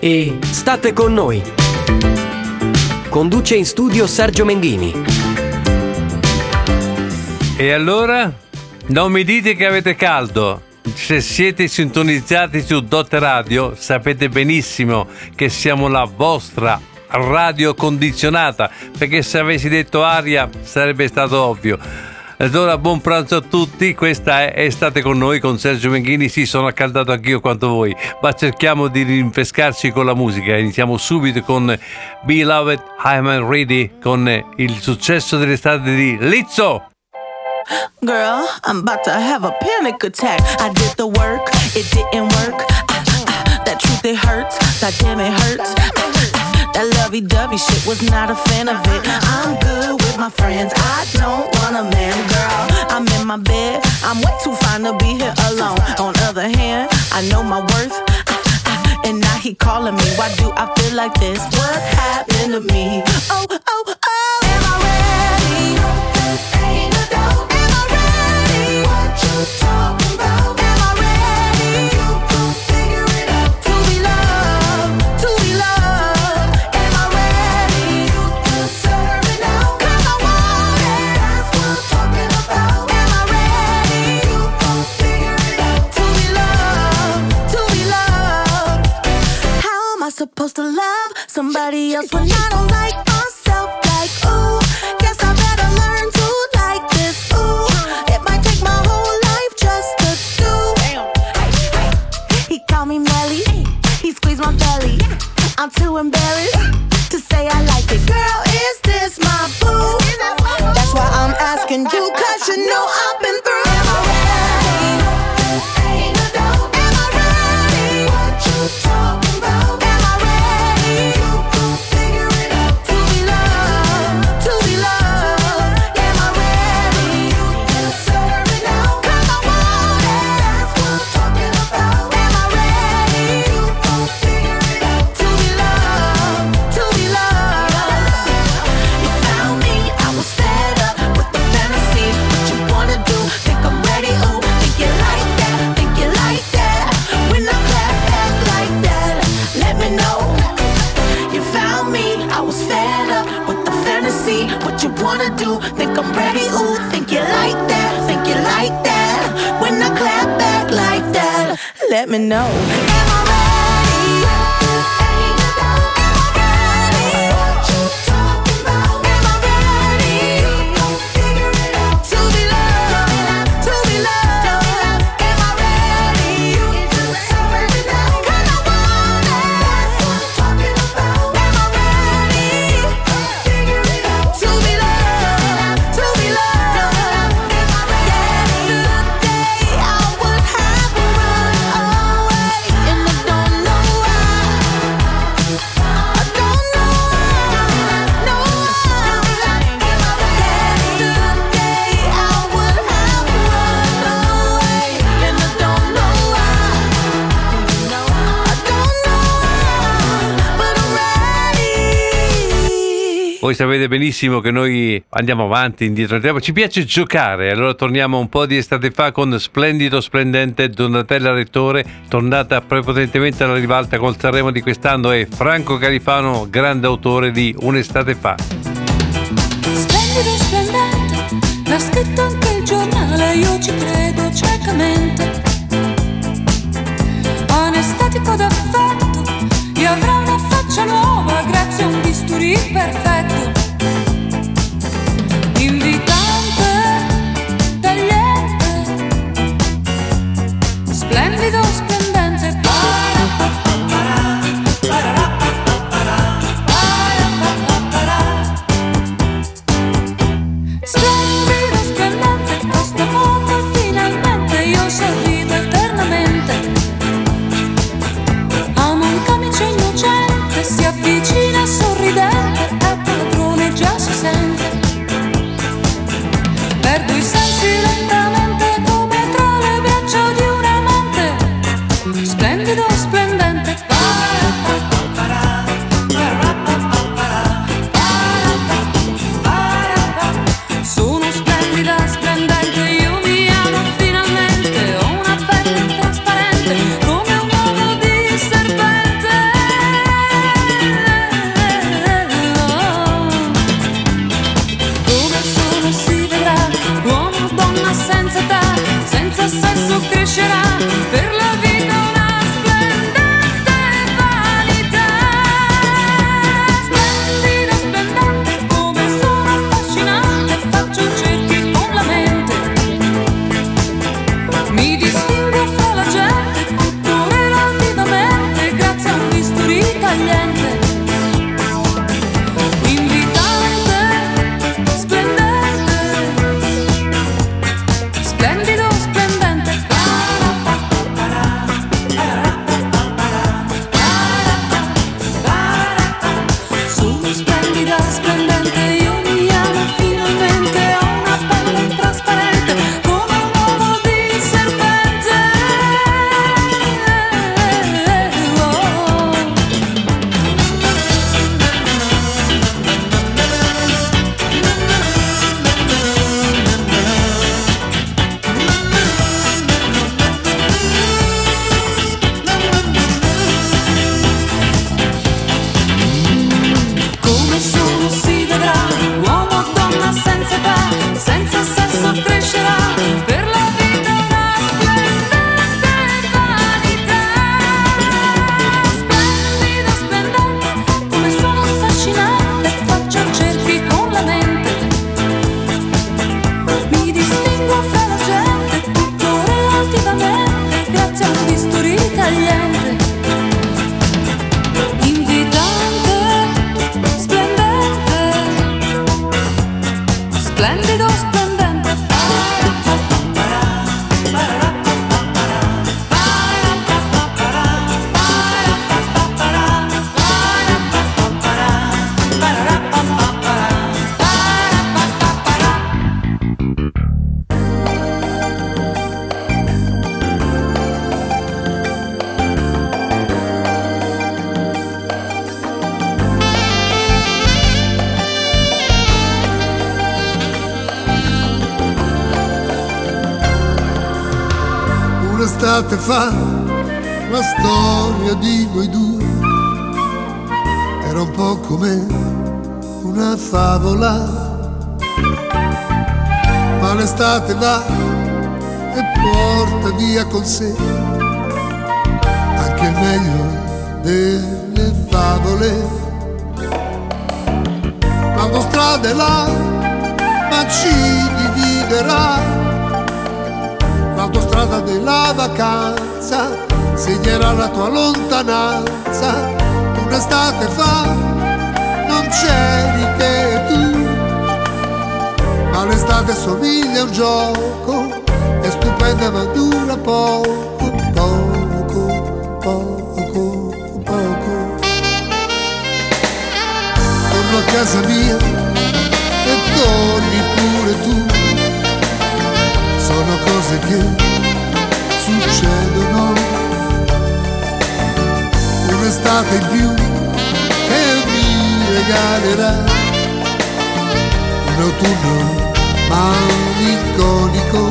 e State con noi. Conduce in studio Sergio Menghini. E allora? Non mi dite che avete caldo. Se siete sintonizzati su Dot Radio, sapete benissimo che siamo la vostra radio condizionata, perché se avessi detto aria sarebbe stato ovvio. Allora buon pranzo a tutti, questa è State con noi con Sergio Menghini. Sì, sono accaldato anch'io quanto voi, ma cerchiamo di rinfrescarci con la musica. Iniziamo subito con Beloved I'm Ready, con il successo dell'estate di Lizzo. Girl, I'm about to have a panic attack. I did the work, it didn't work. That truth, it hurts. That damn, it hurts. That lovey-dovey shit, was not a fan of it. I'm good with my friends, I don't want a man, girl. I'm in my bed, I'm way too fine to be here alone. On the other hand, I know my worth. And now he calling me, why do I feel like this? What's happening to me? Oh, oh, oh. Am I ready? Ain't no doubt. Am I ready? What you talking about? Am I ready? You gon' figure it out. To be loved, to be loved. Am I ready? You deserve it now. 'Cause I want it. That's what I'm talking about. Am I ready? You gon' figure it out. To be loved, to be loved. How am I supposed to love somebody else when I don't like myself? Like, ooh, guess I better learn to like this. Ooh, it might take my whole life just to do. He called me Melly, he squeezed my belly. I'm too embarrassed to say I like it. Girl, is this my boo? That's why I'm asking you, 'cause you know I've been through. Am I ready? Ain't no doubt. Am I ready? What you talking about? Am I ready? You gon' figure it out. To be loved, to be loved. Am I ready? You deserve it now. 'Cause I want it. That's what I'm talking about. Am I ready? You gon' figure it out. To be loved, to be loved. You found me, I was fed up with the fantasy. What you wanna do? Think I'm ready? Ooh, think you like that? Think you like that? When I clap back like that, let me know. You found me, I was fed up with the fantasy. What you wanna do? Think I'm ready? Ooh, think you like that? Think you like that? When I clap back like that, let me know. Am I ready? Ain't no doubt. Am I ready? What you talking about? Am I ready? You gon' figure it out. To be loved, to be loved. Am I ready? You deserve it now. 'Cause I want it. That's what I'm talking about. Am I ready? Figure it out. To be loved, to be loved. Am I ready? Yesterday I would have run away, and I don't know why. I don't know why. No why. Am I ready? Yesterday I would have run away, and I don't know why. I don't know why, but I'm ready. Voi sapete benissimo che noi andiamo avanti, indietro, andiamo. Ci piace giocare, allora torniamo un po' di estate fa con Splendido Splendente, Donatella Rettore, tornata prepotentemente alla ribalta col Sanremo di quest'anno, e Franco Califano, grande autore di Un'estate fa. Splendido, splendente, l'ha scritto anche il giornale, io ci credo ciecamente. Anestetico d'affetto, io avrò una faccia nuova grazie a un bisturi perfetto. Invitante, tagliente, splendido, splendente. Splendido, splendente, costa molto e finalmente io sorrido eternamente. Amo un camice innocente, si avvicina sorridente, è padrone, già si sente. Perdo i sensi lentamente come tra le braccia di un amante. Splendido, splendente. Sono splendida, splendente, io mi amo finalmente. Ho una pelle trasparente come un uovo di serpente. Un'estate fa la storia di noi due era un po' come una favola, ma l'estate va e porta via con sé anche il meglio delle favole. L'autostrada è là, ma ci dividerà. L'autostrada della vacanza segnerà la tua lontananza. Un'estate fa non c'eri che tu, ma l'estate somiglia a un gioco, è stupenda ma dura poco, poco, poco, poco. Torno a casa mia e torni pure tu, sono cose che succedono. Un'estate in più che mi regalerà un autunno malinconico.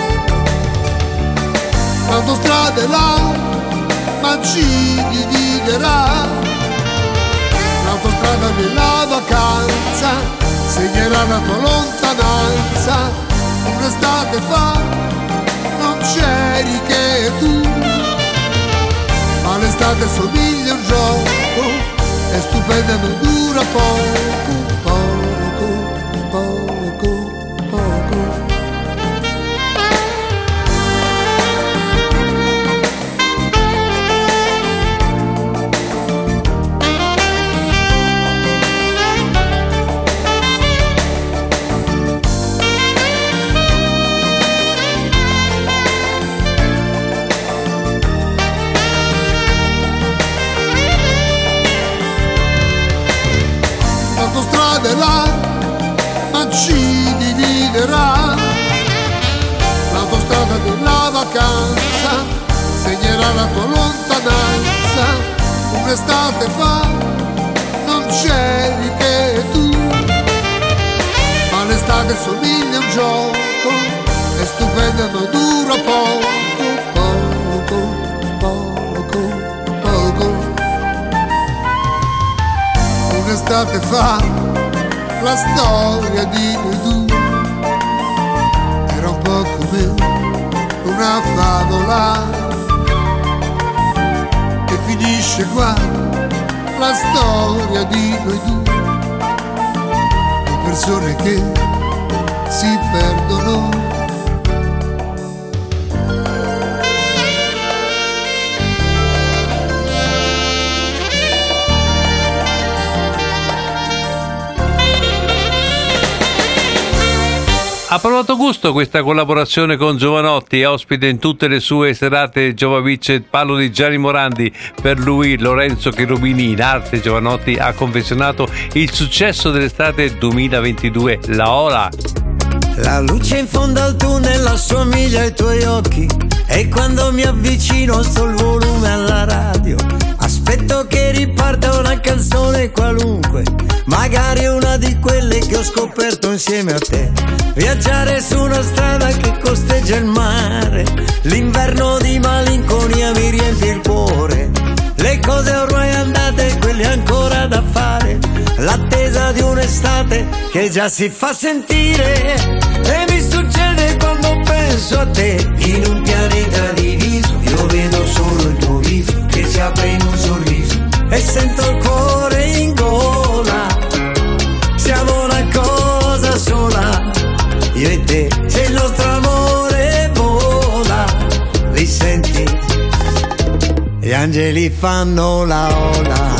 L'autostrada è là, ma ci dividerà. L'autostrada della vacanza segnerà la tua lontananza. Un'estate fa non c'eri che tu, ma l'estate somiglia a un gioco, è stupenda ma dura poco, poco, poco, poco. L'autostrada è là, ma ci dividerà. L'autostrada della vacanza segnerà la tua lontananza. Un'estate fa non c'eri che tu, ma l'estate somiglia a un gioco, è stupenda ma dura poco, poco, poco, poco. Un'estate fa la storia di noi due era un po' come una favola, e finisce qua la storia di noi due, di persone che si perdono. Ha provato gusto questa collaborazione con Jovanotti, ospite in tutte le sue serate Jovavich. Parlo di Gianni Morandi. Per lui Lorenzo Cherubini in arte Jovanotti ha confezionato il successo dell'estate 2022, La Ola. La luce in fondo al tunnel assomiglia ai tuoi occhi, e quando mi avvicino alzo il volume alla radio. Aspetto che riparta una canzone qualunque, magari una di quelle che ho scoperto insieme a te. Viaggiare su una strada che costeggia il mare, l'inverno di malinconia mi riempie il cuore. Le cose ormai andate, quelle ancora da fare, l'attesa di un'estate che già si fa sentire. E mi succede quando penso a te, in un pianeta diviso, io vedo solo il tuo viso che si apre in un sorriso, e sento il cuore in gola. Siamo una cosa sola, io e te, se il nostro amore vola. Li senti? Gli angeli fanno la ola.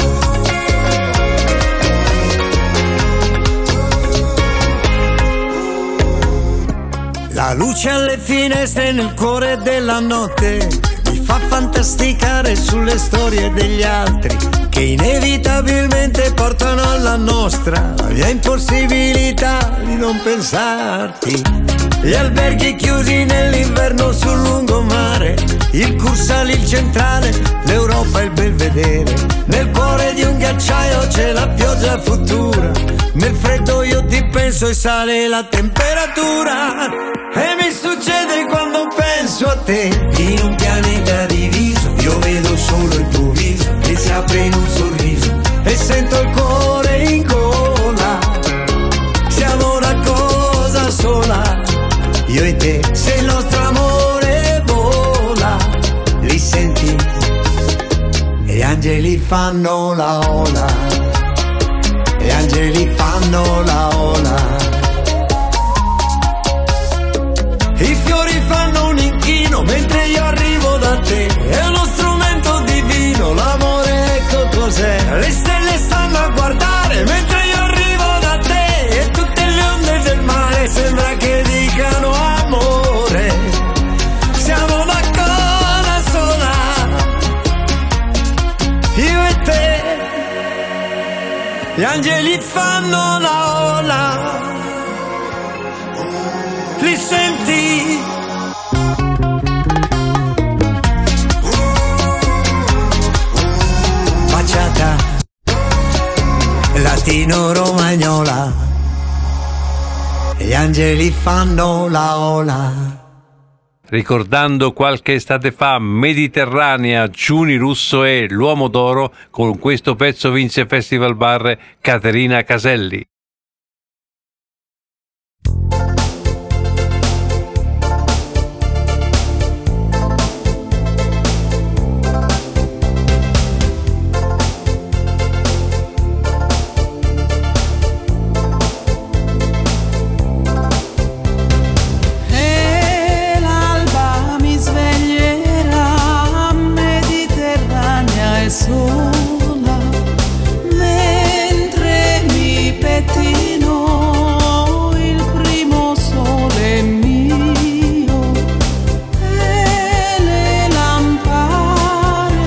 La luce alle finestre nel cuore della notte mi fa fantasticare sulle storie degli altri, che inevitabilmente portano alla nostra la mia impossibilità di non pensarti. Gli alberghi chiusi nell'inverno sul lungomare, il Cursale, il Centrale, l'Europa e il Belvedere. Nel cuore di un ghiacciaio c'è la pioggia futura, nel freddo io ti penso e sale la temperatura. E mi succede quando penso penso a te in un pianeta diviso, io vedo solo il tuo viso che si apre in un sorriso e sento il cuore in gola. Siamo una cosa sola, io e te, se il nostro amore vola. Li senti? E gli angeli fanno la ola, gli angeli fanno la ola. I fiori fanno un inchino mentre io arrivo da te, è uno strumento divino, l'amore ecco cos'è. Le stelle stanno a guardare mentre io arrivo da te, e tutte le onde del mare sembra che dicano amore. Siamo una cosa sola, io e te. Gli angeli fanno la ola, li senti? Baciata latino-romagnola, gli angeli fanno la ola. Ricordando qualche estate fa Mediterranea, Giuni Russo e L'Uomo d'Oro, con questo pezzo vince Festival Bar Caterina Caselli. Sola, mentre mi pettino il primo sole mio, e le lampade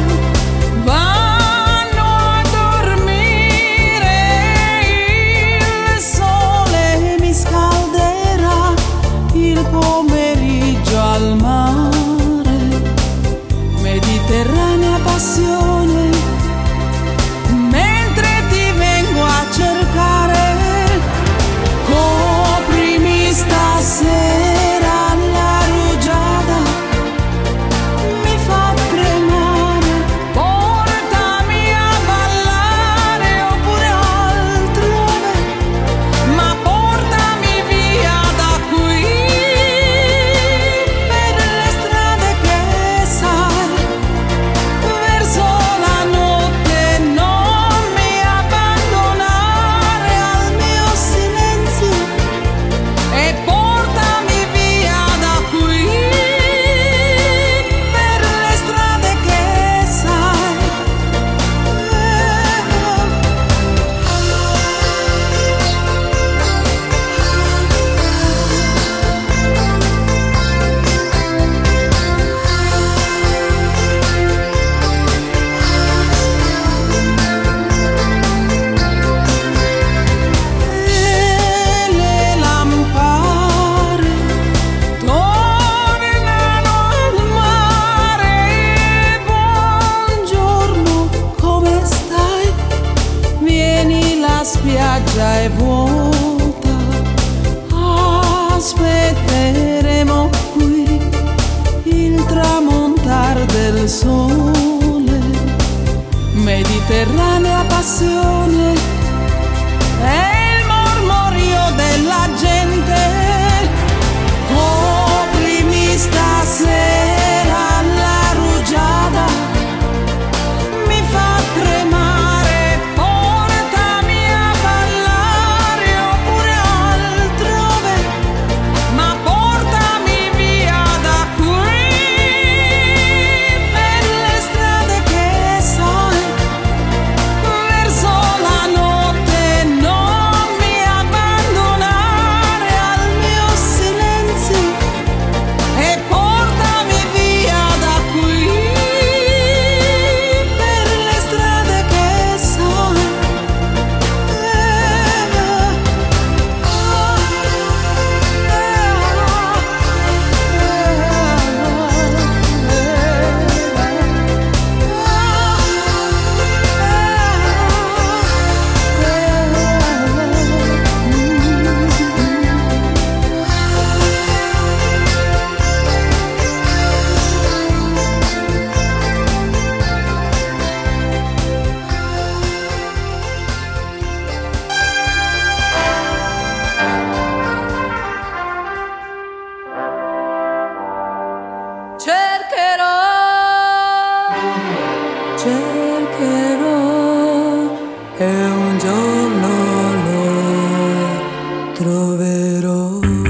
vanno a dormire, il sole mi scalderà il pomeriggio al mare, mediterranea passione. Stasera la rugiada mi fa tremare, portami a ballare oppure altrove, ma portami via da qui, per le strade che sai, verso la notte non mi abbandonare al mio silenzio. E portami via da qui, per le strade che sai. E le lampade tornano al mare. Buongiorno, come stai? Vieni, la spiaggia è vuota, aspetteremo qui il tramontar del sole, mediterranea passione, è il mormorio della gente. Coprimi stasera la rugiada mi fa tremare, portami a ballare oppure altrove, ma portami via da qui, per le strade che sai, verso la notte non cercherò e un giorno lo troverò.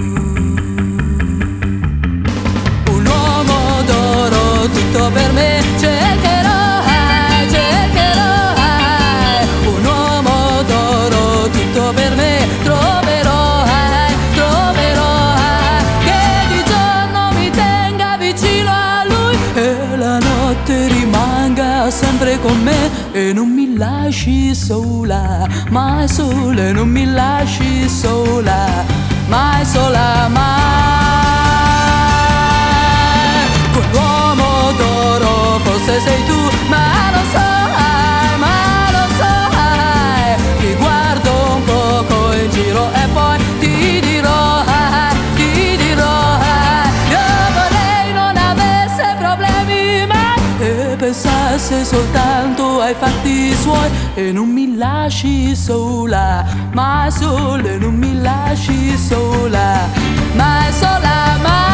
Un uomo d'oro tutto per me cercherò, cercherò. Un uomo d'oro tutto per me troverò, troverò. Che di giorno mi tenga vicino a lui e la notte rimanga sempre con me e non mi lasci sola, mai sola, e non mi lasci sola, mai sola, mai. Quell'uomo d'oro forse sei tu, ma lo sai, ma lo sai. Ti guardo un poco in giro e poi ti dirò, ti dirò. Io vorrei non avesse problemi mai e pensasse soltanto ai fatti suoi e non mi lasci sola, mai sola, e non mi lasci sola, mai sola,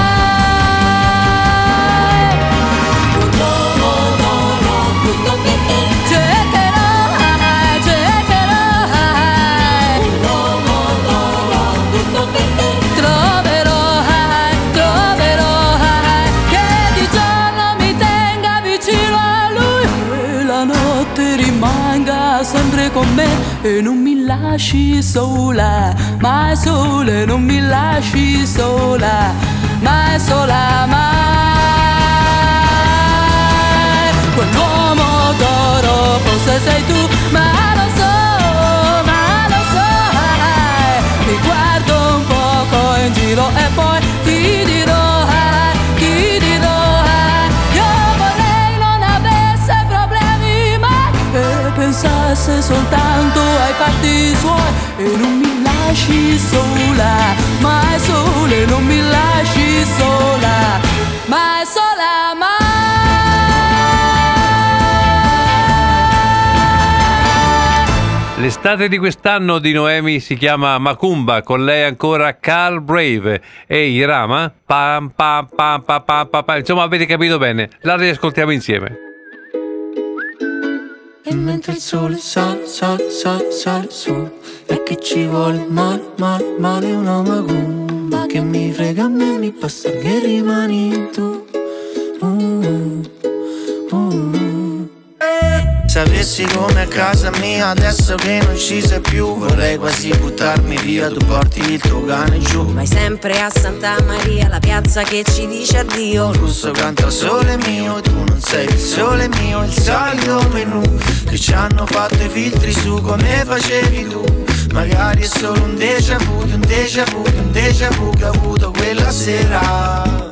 mai. Un uomo d'oro tutto per te cercherò, cercherò. Un uomo d'oro tutto per te troverò, troverò. Che di giorno mi tenga vicino a lui e la notte rimanga sempre con me e non mi lasci sola, mai sola, e non mi lasci sola, mai sola, mai. Quell'uomo d'oro forse sei tu, ma lo so, ma lo sai. Mi guardo un poco in giro e poi ti dirò, ti dirò. Io vorrei non avesse problemi mai e pensasse soltanto ai fatti suoi e non mi lasci sola, mai sola, e non mi lasci sola, mai sola, mai. L'estate di quest'anno di Noemi si chiama Macumba, con lei ancora Carl Brave e Irama, pam pam pam pam pam pam pam. Insomma, avete capito bene, la riascoltiamo insieme. E mentre il sole sale, sale, sale, sale su, e che ci vuole male, male, male una macumba, che mi frega a me, mi basta che rimani tu. Sapessi come a casa mia adesso che non ci sei più, vorrei quasi buttarmi via, tu porti il tuo cane giù. Vai sempre a Santa Maria, la piazza che ci dice addio. Il russo canta sole mio, tu non sei il sole mio, il solito menù che ci hanno fatto i filtri su come facevi tu. Magari è solo un déjà vu, un déjà vu, un déjà vu che ho avuto quella sera.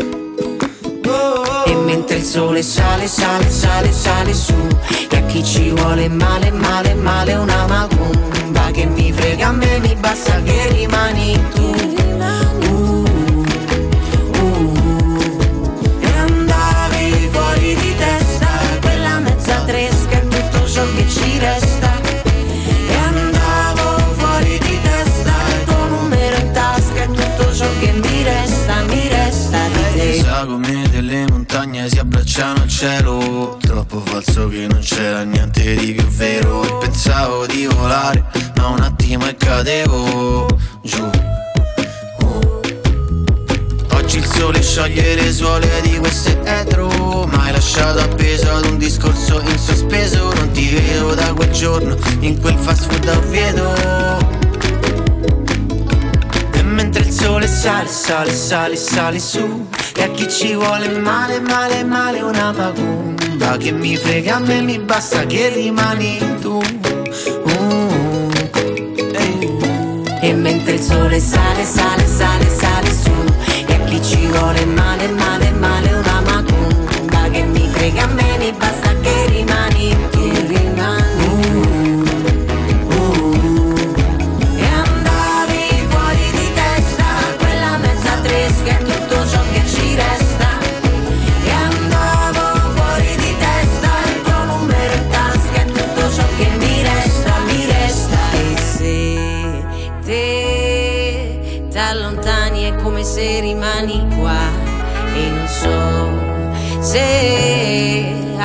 E mentre il sole sale, sale, sale, sale su, e a chi ci vuole male, male, male una macumba, che mi frega a me, mi basta che rimani tu. E andavi fuori di testa, quella mezza tresca è tutto ciò che ci resta. E andavo fuori di testa, il tuo numero in tasca è tutto ciò che mi resta di te. Sagome delle montagne si abbracciano al cielo, troppo falso che non c'era niente di più vero. E pensavo di volare, ma un attimo e cadevo giù. Oggi il sole scioglie le suole di queste etro, ma hai lasciato appeso ad un discorso in sospeso. Non ti vedo da quel giorno in quel fast food a Oviedo. E mentre il sole sale, sale, sale, sale su, e a chi ci vuole male, male, male una macumba, che mi frega a me, mi basta che rimani tu. E mentre il sole sale, sale, sale, sale su, e a chi ci vuole male, male, male una macumba, che mi frega a me, mi basta che rimani tu. E andavi fuori di testa, quella mezza tresca è tutto ciò che ci resta. E andavo fuori di testa, il tuo numero in tasca è tutto ciò che mi resta, mi resta. E se te t'allontani è come se rimani qua, e non so se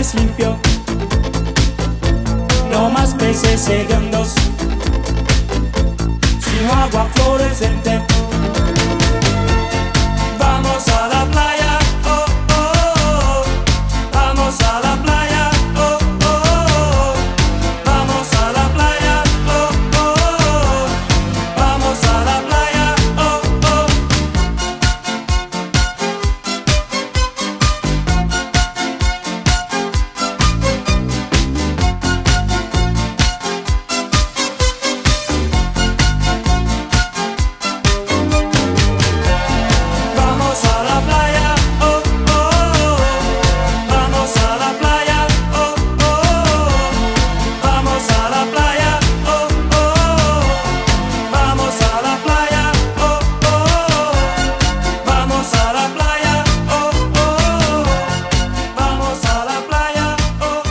mares limpio, no más peces hediondos, sino agua fluorescente. Vamos a la playa, oh, oh, oh. Vamos a la playa, oh, oh, oh. Vamos a la playa, oh, oh, oh. Vamos a la playa, oh, oh. Vamos a la playa, oh, oh, oh. Vamos a la playa, oh, oh, oh. Vamos a la playa, oh, oh, oh. Vamos a la playa, oh, oh, oh. Vamos a la playa, oh, oh, oh. Vamos a la playa, oh,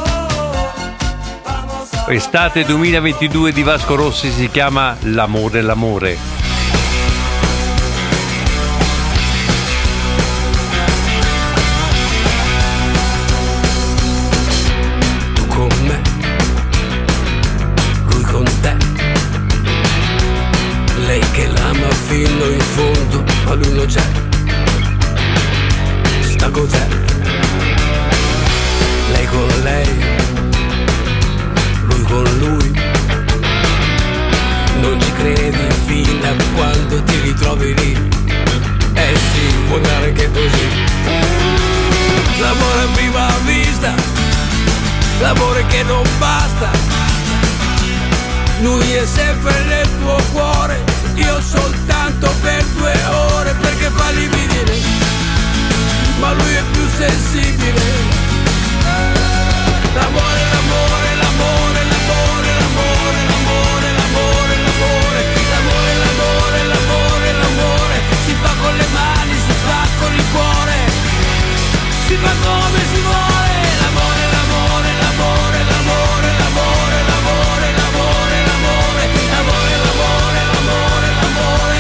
oh, oh. Estate 2022 di Vasco Rossi si chiama L'amore, l'amore. Tu con me, lui con te. Lei che l'ama fino in fondo, ma lui non c'è. Sta con te. Lei con lei, lui con lui. Non ci credi fino a quando ti ritrovi lì. Eh sì, può andare anche così. L'amore a prima vista, l'amore che non basta. Lui è sempre nel tuo cuore, io soltanto per 2 ore, perché fa libidine, ma lui è più sensibile. L'amore, l'amore, l'amore, l'amore, l'amore, l'amore, l'amore, l'amore, l'amore, l'amore, l'amore, l'amore, si fa con le mani, si fa con il cuore, si fa come si vuole. L'amore, l'amore, l'amore, l'amore, l'amore, l'amore, l'amore, l'amore, l'amore, l'amore, l'amore, l'amore.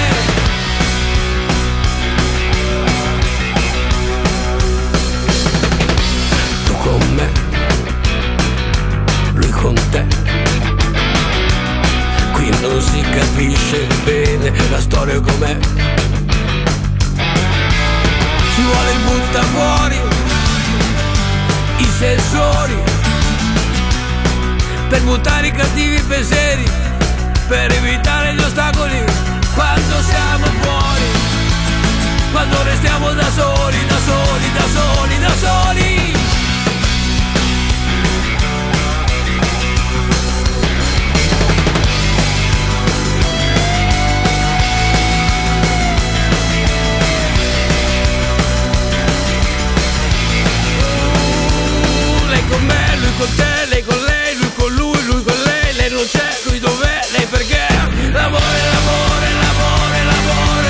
Tu con me, lui con te. Qui non si capisce bene la storia com'è. Ci vuole il butta fuori i sensori per buttare i cattivi pensieri, per evitare gli ostacoli quando siamo fuori, quando restiamo da soli, da soli, da soli, da soli. Lei con me, lui con te, lei con lei, lui con lui con lei non c'è, lui dov'è, lei perché? L'amore, l'amore, l'amore, l'amore,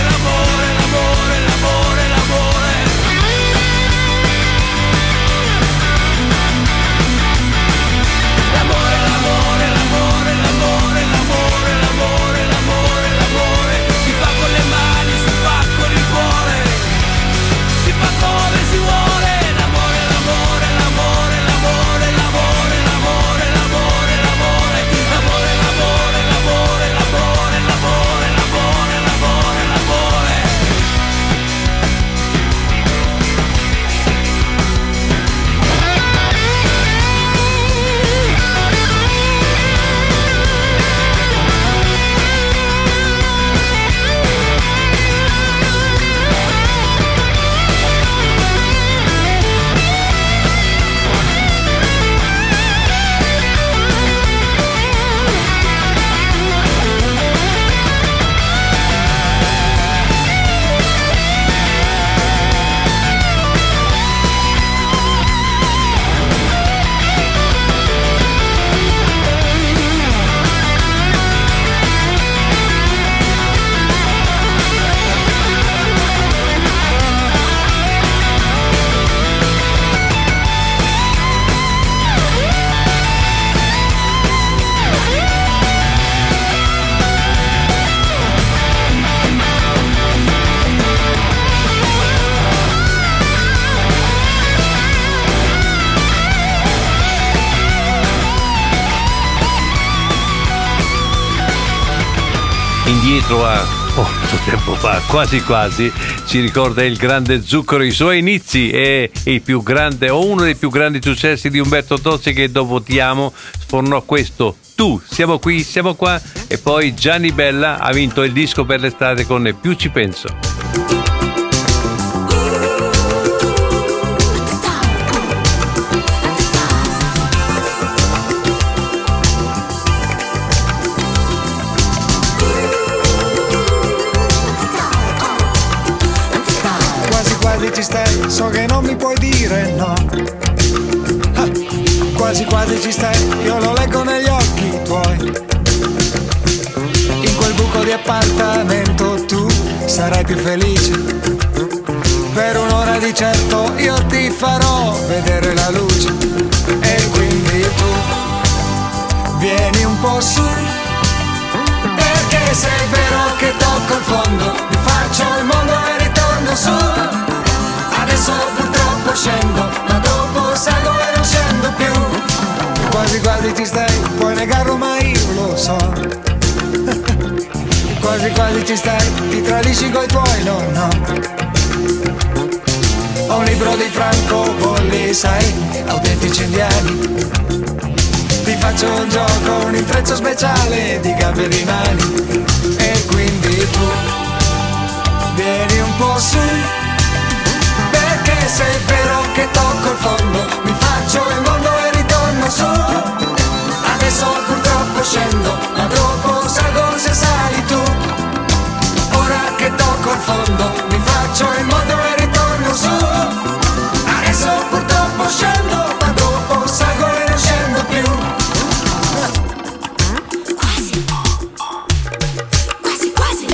indietro a molto tempo fa, quasi quasi, ci ricorda il grande Zucchero, i suoi inizi e il più grande o uno dei più grandi successi di Umberto Tozzi, che dopo Ti amo sfornò questo Tu, siamo qui, siamo qua, e poi Gianni Bella ha vinto il disco per l'estate con Più ci penso. Ci stai, so che non mi puoi dire no. Quasi quasi ci stai, io lo leggo negli occhi tuoi. In quel buco di appartamento tu sarai più felice. Per un'ora di certo io ti farò vedere la luce. E quindi tu vieni un po' su, perché se è vero che tocco il fondo, mi faccio il mondo e ritorno su. Adesso purtroppo scendo, ma dopo salgo e non scendo più. Quasi quasi ci stai, puoi negarlo ma io lo so. Quasi quasi ci stai, ti tradisci coi tuoi, no, no. Ho un libro di Franco Bolli, sai, autentici indiani. Ti faccio un gioco, un intreccio speciale di gambe e di mani. E quindi tu vieni un po' su, perché se è vero che tocco il fondo, mi faccio il mondo e ritorno su. Adesso purtroppo scendo, ma dopo salgo se sali tu. Ora che tocco il fondo, mi faccio il mondo e ritorno su. Adesso purtroppo scendo, ma dopo salgo e non scendo più. Quasi, quasi, quasi.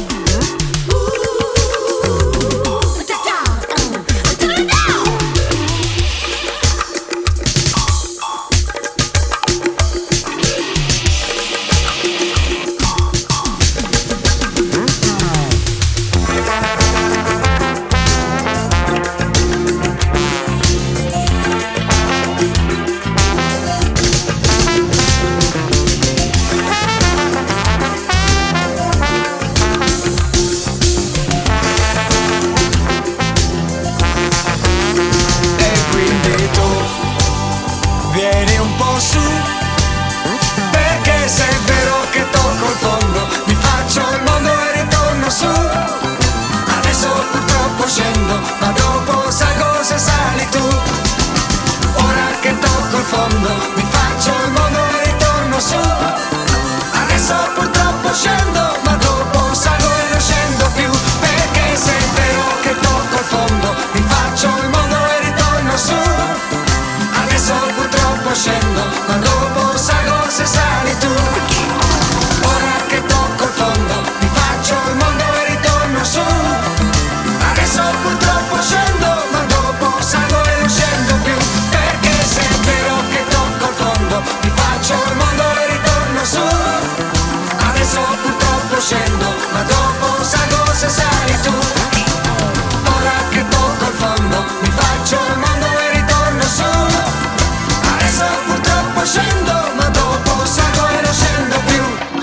Vieni un po' su, perché se è vero che tocco il fondo, mi faccio il mondo e ritorno su. Adesso purtroppo scendo, ma dopo salgo se sali tu. Ora che tocco il fondo, mi faccio il mondo e ritorno su. Adesso purtroppo scendo, ma dopo salgo e non scendo più. Perché se è vero che tocco il fondo, mi faccio il mondo e ritorno su. Adesso purtroppo scendo, ma dopo salgo se sali tu. Ora che tocco il fondo, mi faccio il mondo e ritorno su. Adesso purtroppo scendo, ma dopo salgo e non scendo più. Perché se è vero che tocco il fondo, mi faccio il mondo e ritorno su. Adesso purtroppo scendo, ma dopo salgo se sali tu. Ora che tocco il fondo, mi faccio il mondo e ritorno su. Adesso purtroppo scendo, ma dopo salgo e non scendo più.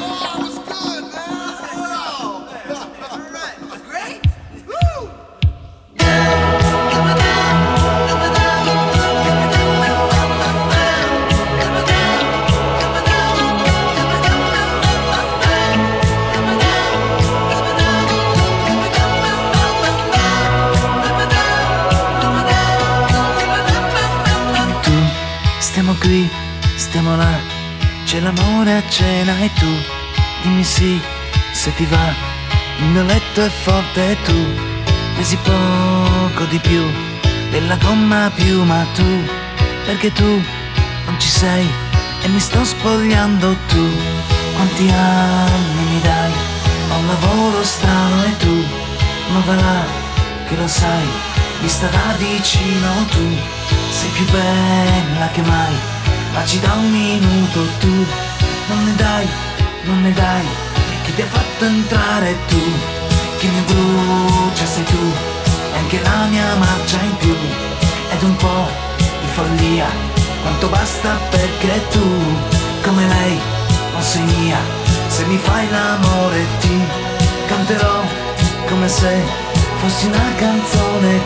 Stiamo qui, stiamo là, c'è l'amore a cena e tu dimmi sì, se ti va. Il mio letto è forte e tu pesi poco di più della gomma a piuma, tu, perché tu non ci sei e mi sto spogliando. Tu quanti anni mi dai, ho un lavoro strano e tu non va là, che lo sai, vista da vicino tu sei più bella che mai, ma ci da un minuto tu non ne dai, chi ti ha fatto entrare tu, chi mi brucia sei tu, e anche la mia marcia in più, ed un po' di follia, quanto basta perché tu, come lei, non sei mia, se mi fai l'amore ti canterò come se fossi una canzone,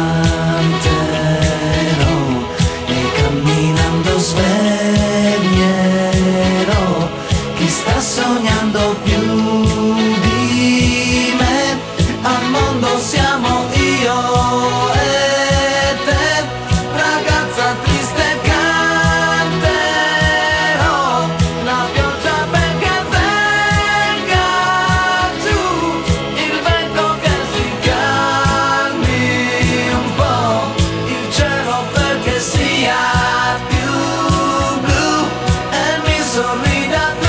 canterò e camminando sveglierò chi sta sognando più di me. Al mondo siamo io e te, ragazza triste canterò la pioggia perché venga giù, il vento che si calmi un po', il cielo perché sia più blu e mi sorrida tu.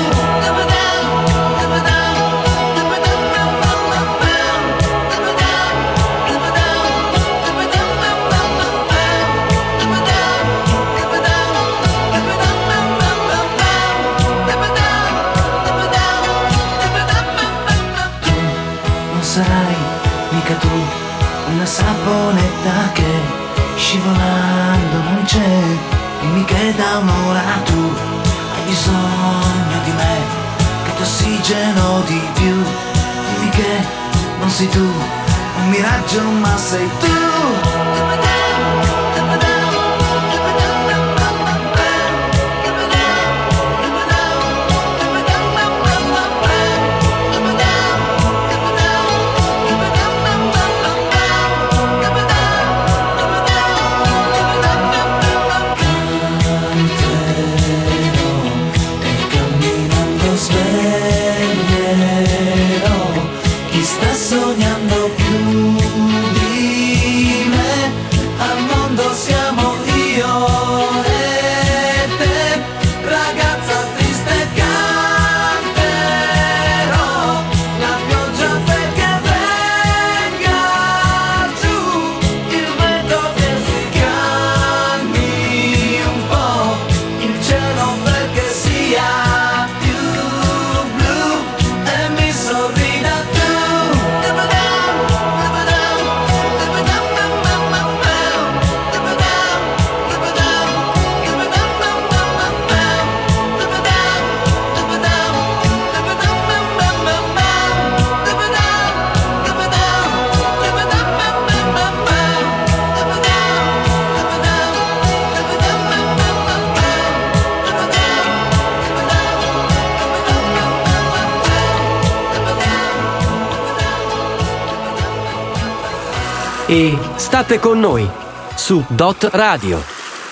Non sarai mica tu una saponetta che scivolando non c'è, dimmi che da un'ora tu hai bisogno di me, che ti ossigeno di più, dimmi che non sei tu un miraggio ma sei tu. Sveglierò chi sta sognando più di me. Al mondo siamo io e te, ragazza triste canterò la pioggia perché venga giù, il vento che si calmi un po', il cielo perché sia sorrida tu. E state con noi su Dot Radio.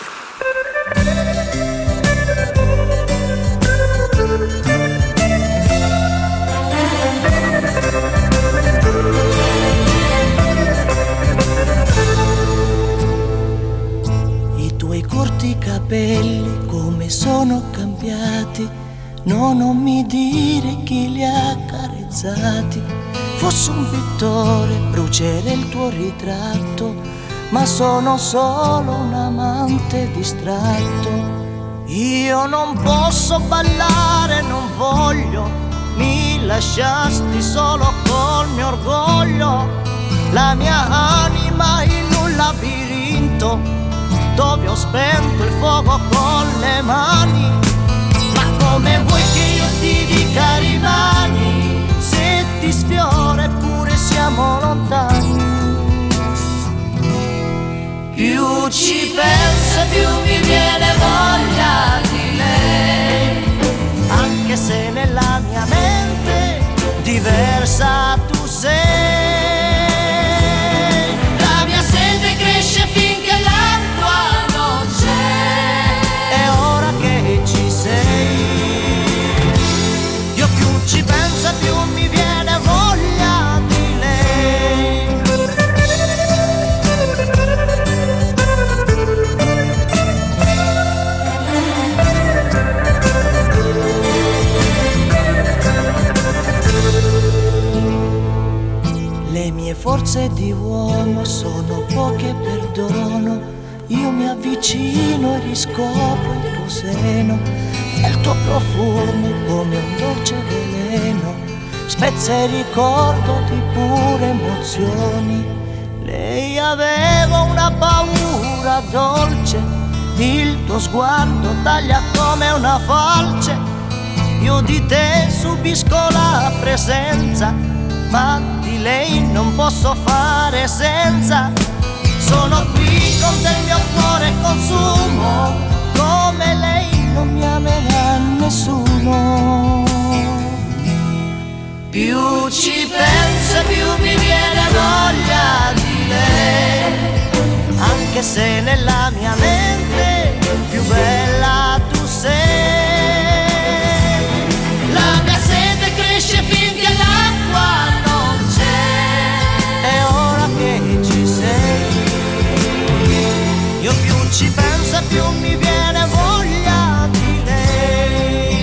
I tuoi corti capelli come sono cambiati, no, non mi dire chi li ha accarezzati. Fossi un pittore, brucerei il tuo ritratto, ma sono solo un amante distratto. Io non posso ballare, non voglio, mi lasciasti solo col mio orgoglio. La mia anima in un labirinto, dove ho spento il fuoco con le mani. Ma come vuoi che io ti dica rimani, se ti sfiora eppure siamo lontani? Più ci penso più mi viene voglia di lei, anche se nella mia mente diversa tu sei. La mia sete cresce finché l'acqua non c'è, è ora che ci sei. Io più ci penso più mi viene voglia di lei. Le mie forze di uomo sono poche, perdono. Io mi avvicino e riscopro il tuo seno, e il tuo profumo come un dolce veleno spezza il ricordo di pure emozioni. Lei aveva una paura dolce, il tuo sguardo taglia come una falce. Io di te subisco la presenza, ma di lei non posso fare senza. Sono qui con del mio cuore consumo, come lei non mi amerà nessuno. Più ci penso più mi viene voglia di lei, anche se nella mia mente più bella tu sei. La mia sete cresce finché l'acqua non c'è, è ora che ci sei. Io più ci penso più mi viene voglia di lei.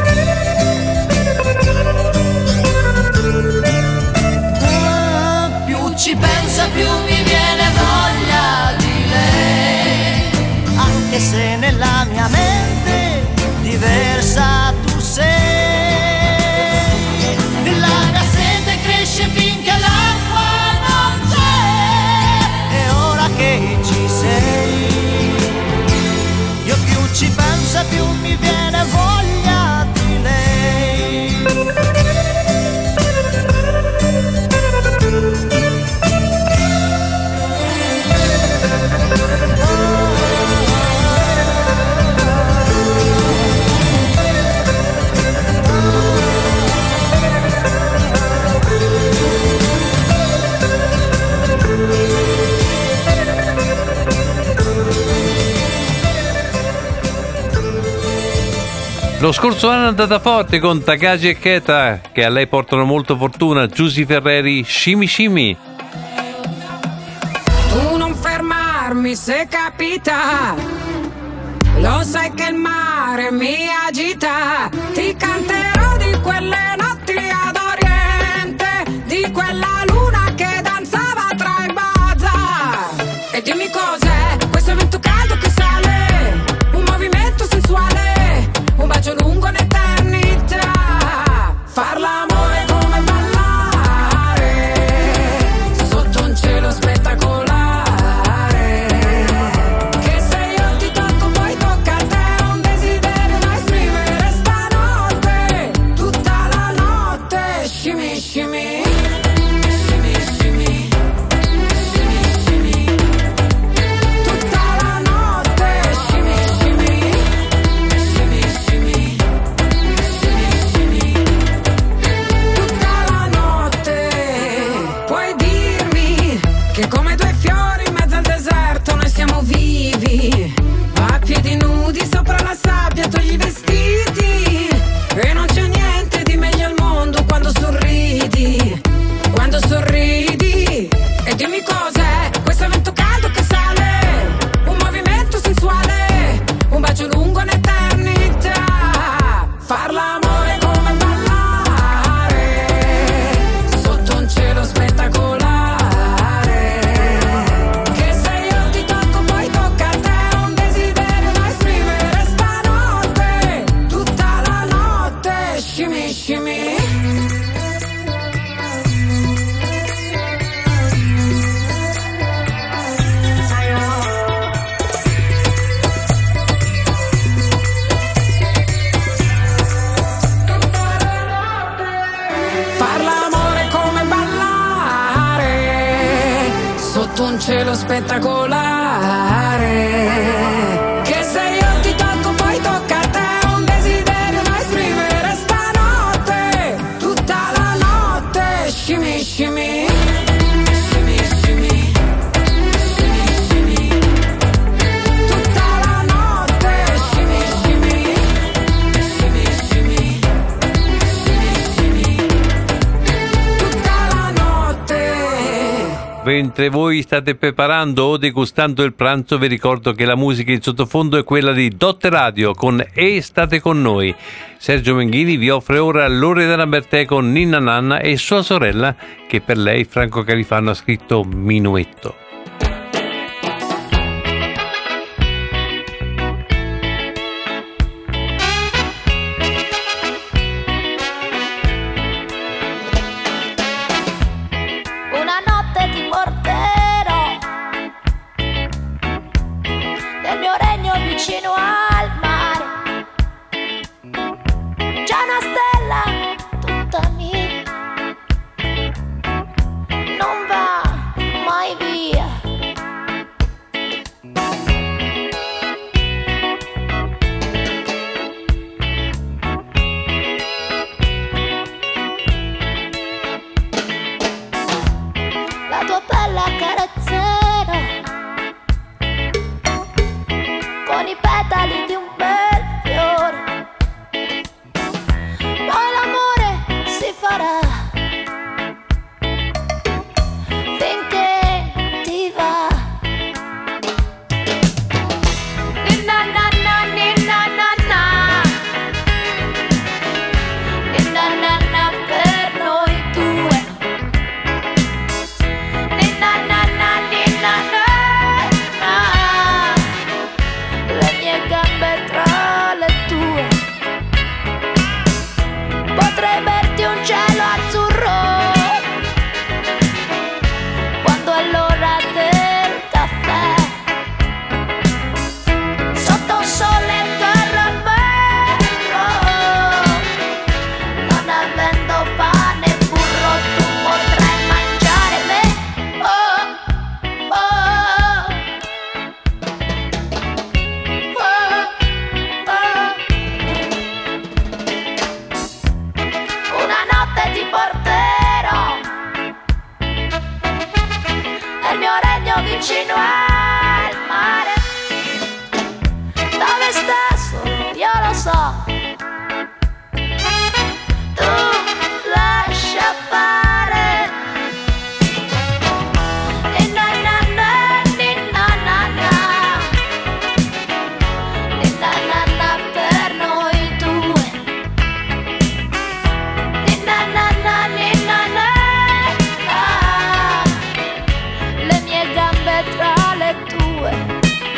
Più ci penso più mi viene voglia di lei, anche se nella mia mente diversa tu sei. La mia sete cresce finché l'acqua non c'è, è ora che ci sei. Io più ci penso più mi viene voglia di lei. Lo scorso anno è andata forte con Takagi e Keta, che a lei portano molto fortuna. Giusy Ferreri, Shimi Shimi. Tu non fermarmi se capita, lo sai che il mare mi agita. Ti canterò di quelle notti ad Oriente, di quella luna che danzava tra i bazar. E dimmi cos'è questo vento caldo che sale, un movimento sensuale, un bacio lungo un'eternità. Far l'amore come ballare sotto un cielo spettacolare, che se io ti tocco poi tocca a te, un desiderio da esprimere stanotte, tutta la notte. Shimmy shimmy, shimmy shimmy, shimmy shimmy, tutta la notte. Shimmy shimmy, shimmy shimmy, shimmy shimmy, tutta la notte. Puoi dirmi che come due fiori in mezzo al deserto noi siamo vivi, a piedi nudi sopra la sabbia, togli i vestiti, e non c'è niente di meglio al mondo quando sorridi, quando sorridi. E dimmi cos'è questo vento caldo che sale, un movimento sensuale, un bacio lungo un'eternità. Far l'amore come ballare sotto un cielo spettacolare, che se io ti tocco poi tocca a te, un desiderio da esprimere stanotte, tutta la notte. Shimmy shimmy. Far l'amore come ballare sotto un cielo spettacolare, che se io ti tocco poi tocca a te, un desiderio da esprimere stanotte, tutta la notte. Shimmy shimmy, shimmy shimmy, shimmy shimmy, tutta la notte. Shimmy shimmy, shimmy shimmy, shimmy shimmy, tutta la notte. Mentre voi state preparando o degustando il pranzo, vi ricordo che la musica in sottofondo è quella di Dot Radio con E state con noi. Sergio Menghini vi offre ora Loredana Bertè con Ninna Nanna e sua sorella, che per lei Franco Califano ha scritto Minuetto. Una notte ti porterò nel mio regno vicino al mare. C'è una stella tutta mia la tua pelle accarezzerò con i petali di un bel fiore. Poi l'amore si farà finché ti va. Ninna na na, ninna na na, ninna na na per noi due. Ninna na na, ninna na na, le mie gambe tra le tue. Potrei berti un cielo azzurro quando è l'ora del caffè, sotto un sole caramelo, non avendo pane e burro tu potrai mangiare me. Oh, oh, una notte ti porterò nel mio regno vicino al mare, dove sta solo io lo so. Tu lascia fare. Ninna na na, ninna na na, ninna na na per noi due. Ninna na na, ninna na na, le mie gambe tra le tue.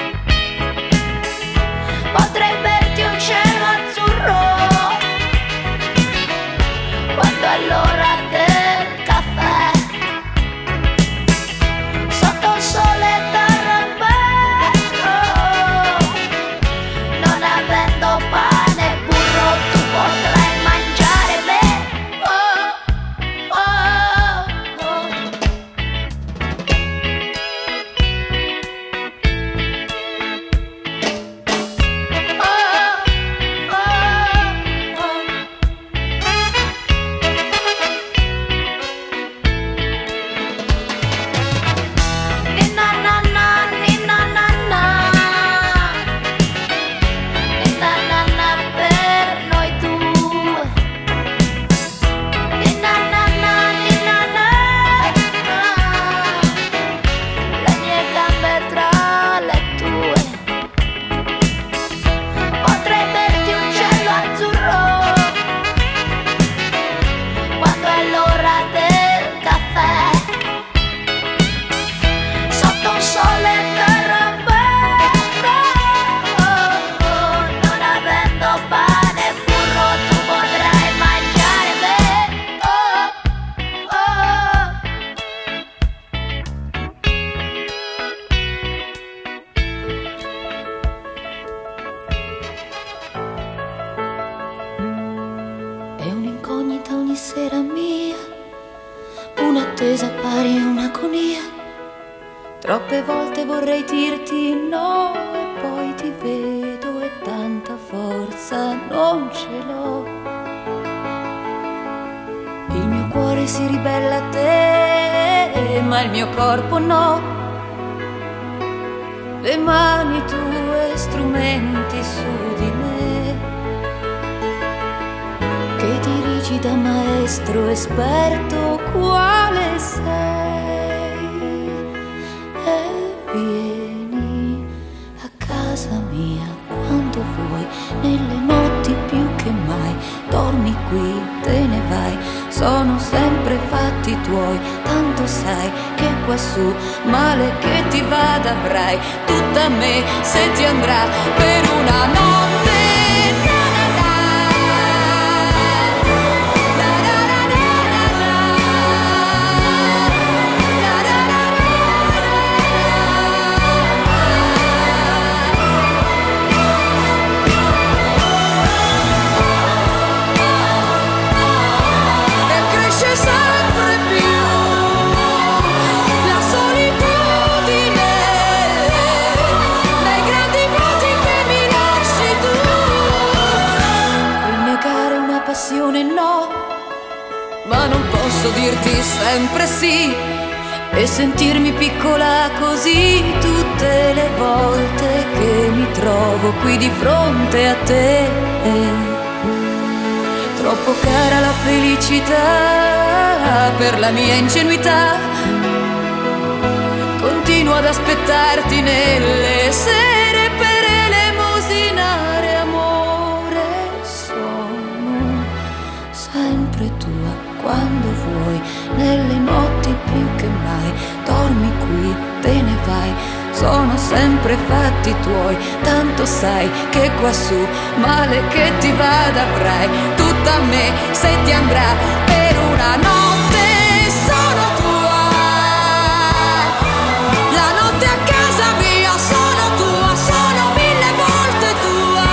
Potrei berti un cielo azzurro quando è l'ora del caffè, sotto il sole caramelo, non avendo pane e burro tu potrai mangiare me. Oh, oh, oh. Ninna na na, ninna na na, ninna na na per noi due. Ninna na na, ninna na na, le mie gambe tra le tue. Potrei berti un cielo azzurro quando è l'ora del caffè, sotto un sole caramelo, non avendo pane e burro tu potrai mangiare me. Oh, oh. È un'incognita ogni sera mia, un'attesa pari a un'agonia. Troppe volte vorrei dirti no e poi ti vedo e tanta forza non ce l'ho. Il mio cuore si ribella a te, ma il mio corpo no. Le mani tue strumenti su di me, che dirigi da maestro esperto quale sei, e vieni a casa mia quando vuoi, nelle notti più che mai. Dormi qui, te ne vai, sono sempre fatti tuoi, tanto sai che quassù male che ti vada avrai tutta me se ti andrà per una notte. No, ma non posso dirti sempre sì, e sentirmi piccola così tutte le volte che mi trovo qui di fronte a te. Troppo cara la felicità per la mia ingenuità, continuo ad aspettarti nelle sere per elemosinare amore. Sono sempre tua quando vuoi, nelle notti più che mai. Dormi qui, te ne vai, sono sempre fatti tuoi. Tanto sai che quassù male che ti vada avrai tutta me se ti andrà per una notte. Sono tua, la notte a casa mia sono tua, sono 1000 volte tua.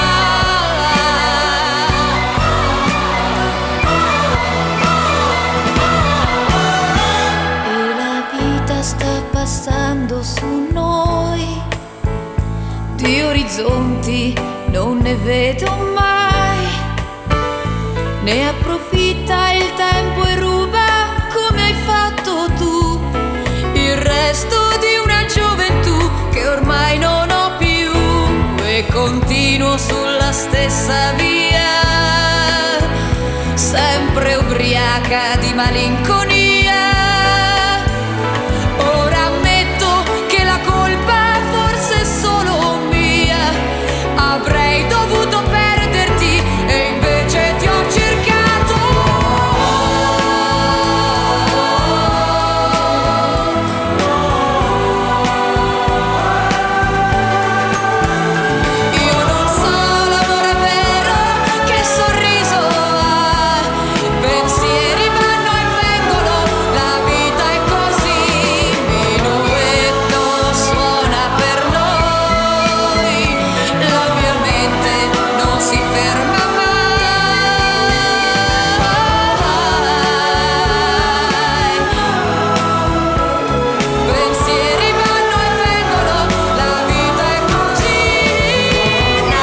E la vita sta passando su noi, di orizzonti non ne vedo mai. Ne approfitta il tempo e ruba come hai fatto tu il resto di una gioventù che ormai non ho più. E continuo sulla stessa via, sempre ubriaca di malinconia. Ora ammetto che la colpa forse è solo mia, avrei dovuto perderti e invece ti ho cercato. Io non so l'amore vero, che sorriso ha, pensieri vanno e vengono, la vita è così. Minuetto suona per noi, la mia mente non si ferma mai. Pensieri vanno e vengono, la vita è così. La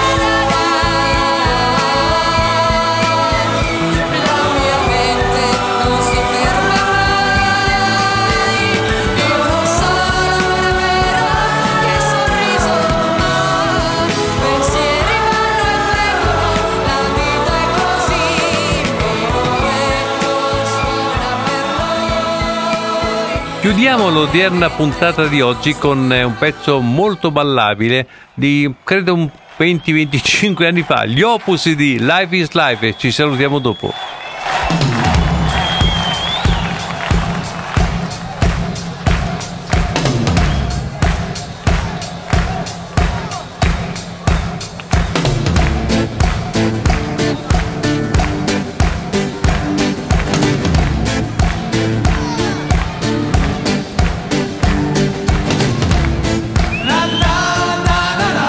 mia mente non si ferma mai. Io non so l'amore vero, che sorriso ha, pensieri vanno e vengono, la vita è così. Minuetto suona per noi. Chiudiamo l'odierna puntata di oggi con un pezzo molto ballabile di credo un 20-25 anni fa, gli Opus di Life is Life, e ci salutiamo dopo.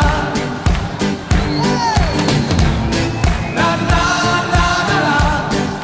La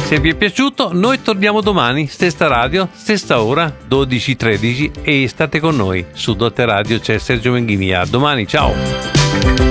Se vi è piaciuto, noi torniamo domani, stessa radio, stessa ora, 12:13, e state con noi. Su Dotte Radio c'è Sergio Menghini. A domani, ciao!